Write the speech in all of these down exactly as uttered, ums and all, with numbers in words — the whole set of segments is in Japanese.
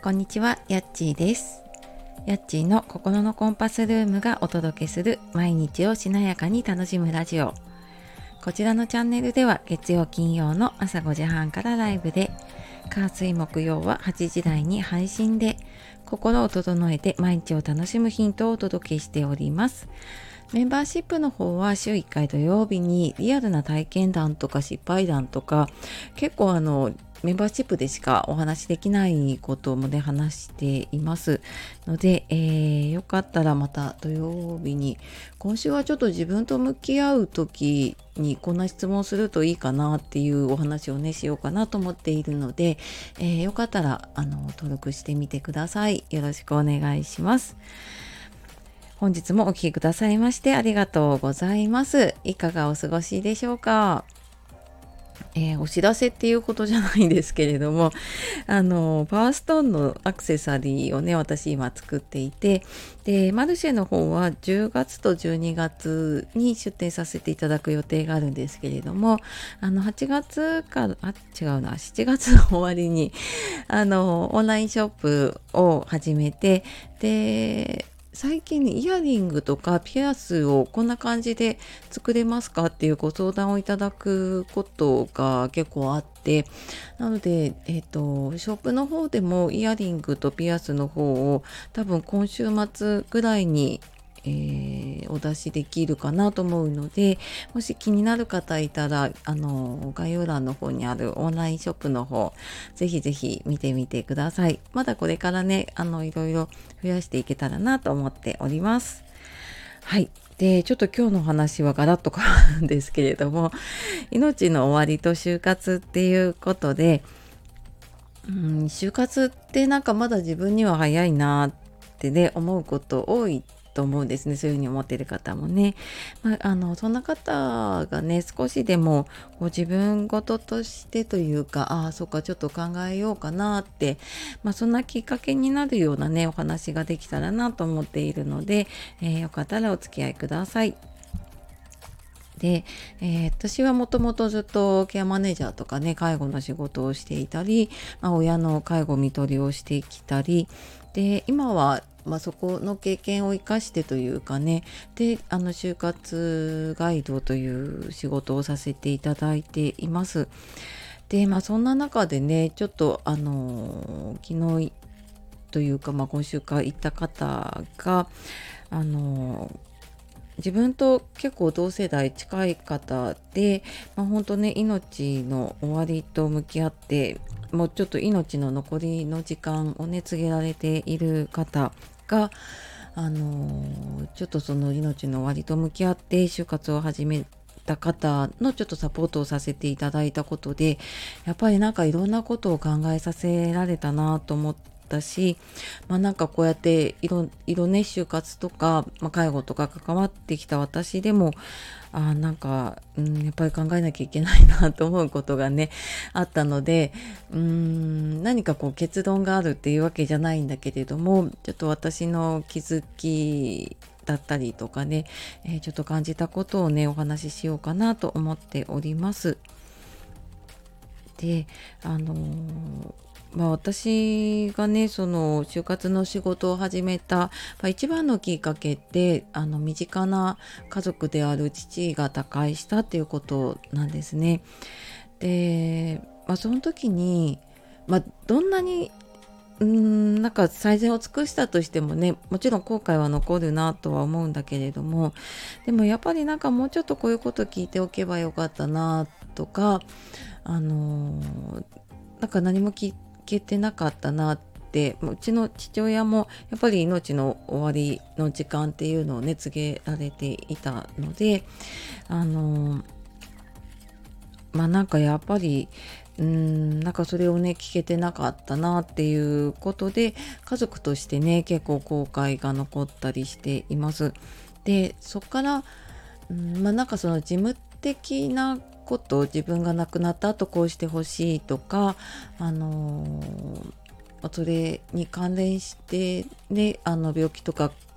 こんにちは、やっちーです。やっちーの心のコンパスルームがお届けする毎日をしなやかに楽しむラジオ。こちらのチャンネルでは月曜金曜の朝ごじはんからライブで、火水木曜ははちじ台に配信で、心を整えて毎日を楽しむヒントをお届けしております。メンバーシップの方は週いっかい土曜日にリアルな体験談とか失敗談とか、結構あのメンバーシップでしかお話しできないこともね話していますので、えー、よかったらまた土曜日に、今週はちょっと自分と向き合う時にこんな質問するといいかなっていうお話をねしようかなと思っているので、えー、よかったらあの登録してみてください。よろしくお願いします。本日もお聞きくださいましてありがとうございます。いかがお過ごしでしょうか。えー、お知らせっていうことじゃないんですけれども、あのパワーストーンのアクセサリーをね私今作っていて、でマルシェの方はじゅうがつとじゅうにがつに出店させていただく予定があるんですけれども、あのはちがつからあ違うなしちがつの終わりにあのオンラインショップを始めて、で最近イヤリングとかピアスをこんな感じで作れますかっていうご相談をいただくことが結構あって、なので、えっと、ショップの方でもイヤリングとピアスの方を多分今週末ぐらいにえー、お出しできるかなと思うので、もし気になる方いたらあの概要欄の方にあるオンラインショップの方ぜひぜひ見てみてください。まだこれからねあのいろいろ増やしていけたらなと思っております。はい。でちょっと今日の話はガラッと変わるんですけれども、命の終わりと就活っていうことで、うん、就活ってなんかまだ自分には早いなってね思うこと多いと思うんですね。そういうふうに思っている方もね、まあ、あのそんな方がね少しでもこう自分事としてというか、ああそっかちょっと考えようかなって、まあ、そんなきっかけになるようなねお話ができたらなと思っているので、えー、よかったらお付き合いください。で、えー私はもともとずっとケアマネージャーとかね介護の仕事をしていたり、まあ、親の介護看取りをしてきたりで、今はまあ、そこの経験を生かしてというかね、であの就活ガイドという仕事をさせていただいています。でまあそんな中でねちょっとあの昨日というか、まあ、今週から行った方があの自分と結構同世代近い方で、まあ、本当ね命の終わりと向き合って、もうちょっと命の残りの時間をね告げられている方が、あのーちょっとその命の終わりと向き合って就活を始めた方のちょっとサポートをさせていただいたことで、やっぱりなんかいろんなことを考えさせられたなと思ったし、まあなんかこうやっていろいろね就活とか、まあ、介護とか関わってきた私でも、あーなんか、うん、やっぱり考えなきゃいけないなと思うことがねあったので、うーん何かこう結論があるっていうわけじゃないんだけれども、ちょっと私の気づきだったりとかね、えーちょっと感じたことをねお話ししようかなと思っております。で、あのーまあ、私がねその就活の仕事を始めた、まあ、一番のきっかけってあの身近な家族である父が他界したっていうことなんですね。で、まあ、その時に、まあ、どんなにうーんなんか最善を尽くしたとしてもね、もちろん後悔は残るなとは思うんだけれども、でもやっぱりなんかもうちょっとこういうこと聞いておけばよかったなとか、あのーなんか何も聞けてなかったなって、うちの父親もやっぱり命の終わりの時間っていうのをね告げられていたので、あのーまあなんかやっぱりうーんなんかそれをね聞けてなかったなっていうことで、家族としてね結構後悔が残ったりしています。でそっからうんまあなんかその事務的なこと、自分が亡くなった後こうしてほしいとか、あのーそれに関連してねあの病気とか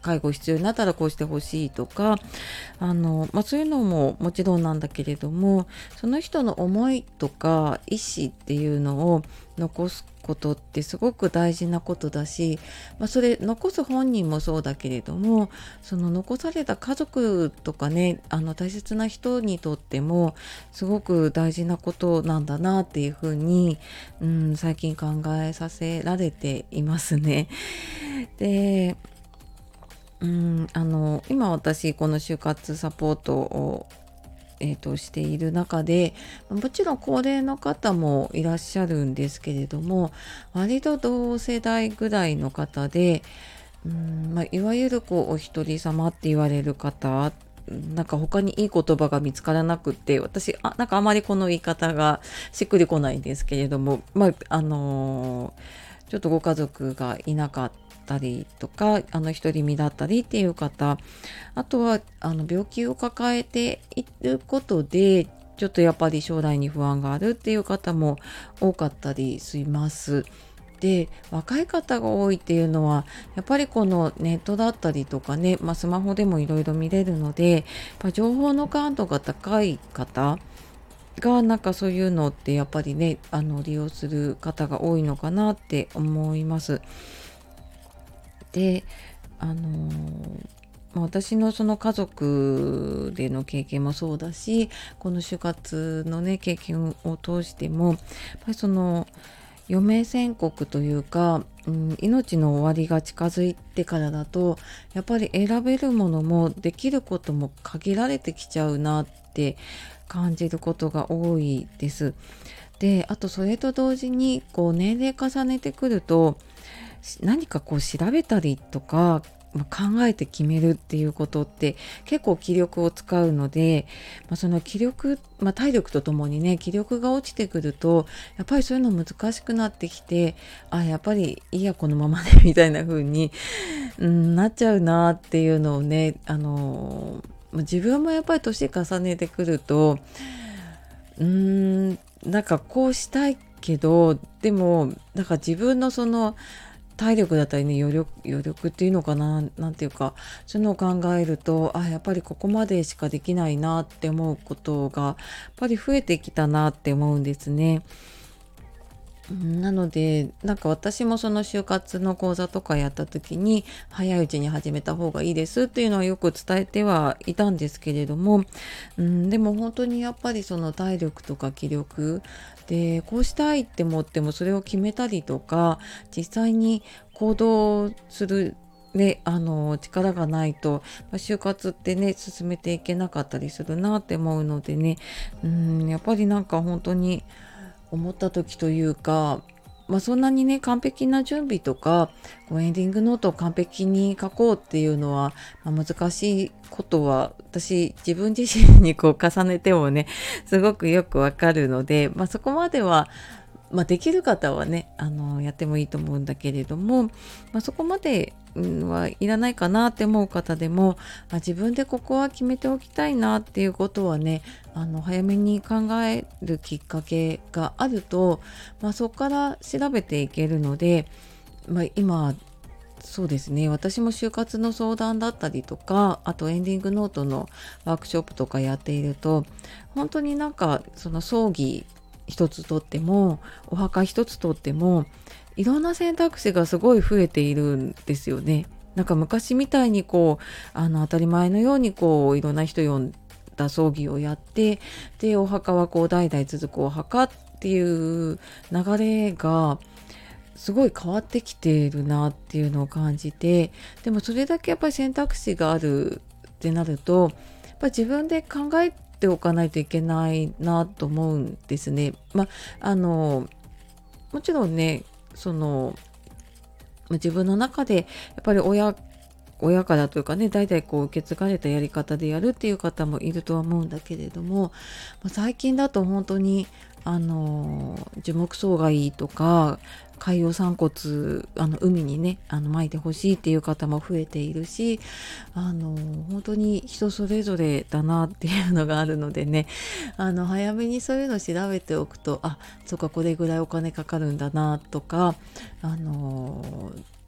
介護必要になったらこうしてほしいとか、あの、まあ、そういうのももちろんなんだけれども、その人の思いとか意思っていうのを残すことってすごく大事なことだし、まあ、それ残す本人もそうだけれども、その残された家族とかね、あの大切な人にとってもすごく大事なことなんだなっていうふうに、うん、最近考えさせられていますね。で、うん、あの今私この就活サポートをえーとしている中で、もちろん高齢の方もいらっしゃるんですけれども、割と同世代ぐらいの方で、うん、まあ、いわゆるこうお一人様って言われる方、なんか他にいい言葉が見つからなくって、私あなんかあまりこの言い方がしっくりこないんですけれども、まああのーちょっとご家族がいなかったりとか、あの独り身だったりっていう方、あとはあの病気を抱えていることでちょっとやっぱり将来に不安があるっていう方も多かったりします。で、若い方が多いっていうのはやっぱりこのネットだったりとかね、まあ、スマホでもいろいろ見れるので、やっぱ情報の感度が高い方がなんかそういうのってやっぱりね、あの利用する方が多いのかなって思います。で、あのーまあ私のその家族での経験もそうだし、この就活のね経験を通しても、やっぱりその余命宣告というか、うん、命の終わりが近づいてからだと、やっぱり選べるものもできることも限られてきちゃうなって感じることが多いです。で、あとそれと同時にこう年齢重ねてくると、何かこう調べたりとか、まあ考えて決めるっていうことって結構気力を使うので、まあ、その気力、まあ、体力とともにね気力が落ちてくるとやっぱりそういうの難しくなってきて、あやっぱりいいやこのままでみたいな風に、うん、なっちゃうなっていうのをね、あのまあ自分もやっぱり年重ねてくると、うーんなんかこうしたいけど、でもなんか自分のその体力だったりね、余力余力っていうのかな、なんていうか、そういうのを考えると、あ、やっぱりここまでしかできないなって思うことが、やっぱり増えてきたなって思うんですね。うんなので、なんか私もその就活の講座とかやった時に、早いうちに始めた方がいいですっていうのはよく伝えてはいたんですけれども、うん、でも本当にやっぱりその体力とか気力で、こうしたいって思ってもそれを決めたりとか、実際に行動するね、あの力がないと、まあ就活ってね進めていけなかったりするなって思うのでね、うん、やっぱりなんか本当に思った時というか、まあ、そんなにね完璧な準備とかこうエンディングノートを完璧に書こうっていうのは、まあ、難しいことは私自分自身にこう重ねてもねすごくよくわかるので、まあ、そこまではまあ、できる方はねあのやってもいいと思うんだけれども、まあ、そこまでうんはいらないかなって思う方でも、あ自分でここは決めておきたいなっていうことはね、あの早めに考えるきっかけがあると、まあ、そこから調べていけるので、まあ、今そうですね、私も就活の相談だったりとか、あとエンディングノートのワークショップとかやっていると、本当になんかその葬儀一つとってもお墓一つとってもいろんな選択肢がすごい増えているんですよね。なんか昔みたいにこうあの当たり前のようにこういろんな人呼んだ葬儀をやって、でお墓はこう代々続くお墓っていう流れがすごい変わってきているなっていうのを感じて、でもそれだけやっぱり選択肢があるってなると、やっぱり自分で考えておかないといけないなと思うんですね。まあ、あのもちろんね、その自分の中でやっぱり親親からというかね、代々こう受け継がれたやり方でやるっていう方もいるとは思うんだけれども、まあ最近だと本当にあの樹木葬がいいとか、海洋散骨あの海にねあの撒いてほしいっていう方も増えているし、あの本当に人それぞれだなっていうのがあるのでね、あの早めにそういうのを調べておくと、あ、そっかこれぐらいお金かかるんだなとか、あの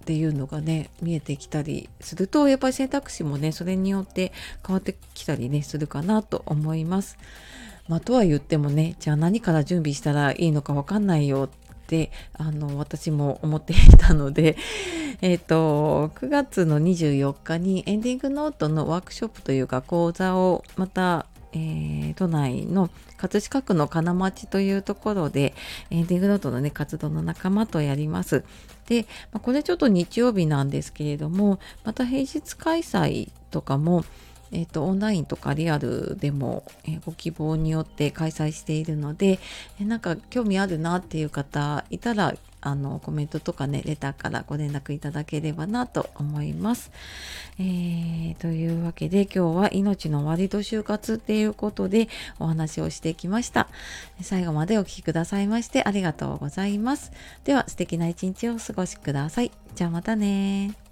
っていうのがね見えてきたりすると、やっぱり選択肢もねそれによって変わってきたりねするかなと思います。まあ、とは言ってもね、じゃあ何から準備したらいいのかわかんないよってあの私も思っていたのでえっとくがつのにじゅうよっかにエンディングノートのワークショップというか講座をまたえー、都内の葛飾区の金町というところでエンディングノートのね活動の仲間とやります。で、まあ、これちょっと日曜日なんですけれども、また平日開催とかもえーと、オンラインとかリアルでも、えーご希望によって開催しているので、えーなんか興味あるなっていう方いたらあのコメントとかねレターからご連絡いただければなと思います。えー、というわけで今日は命の終わりと就活っていうことでお話をしてきました。最後までお聞きくださいましてありがとうございます。では素敵な一日をお過ごしください。じゃあまたね。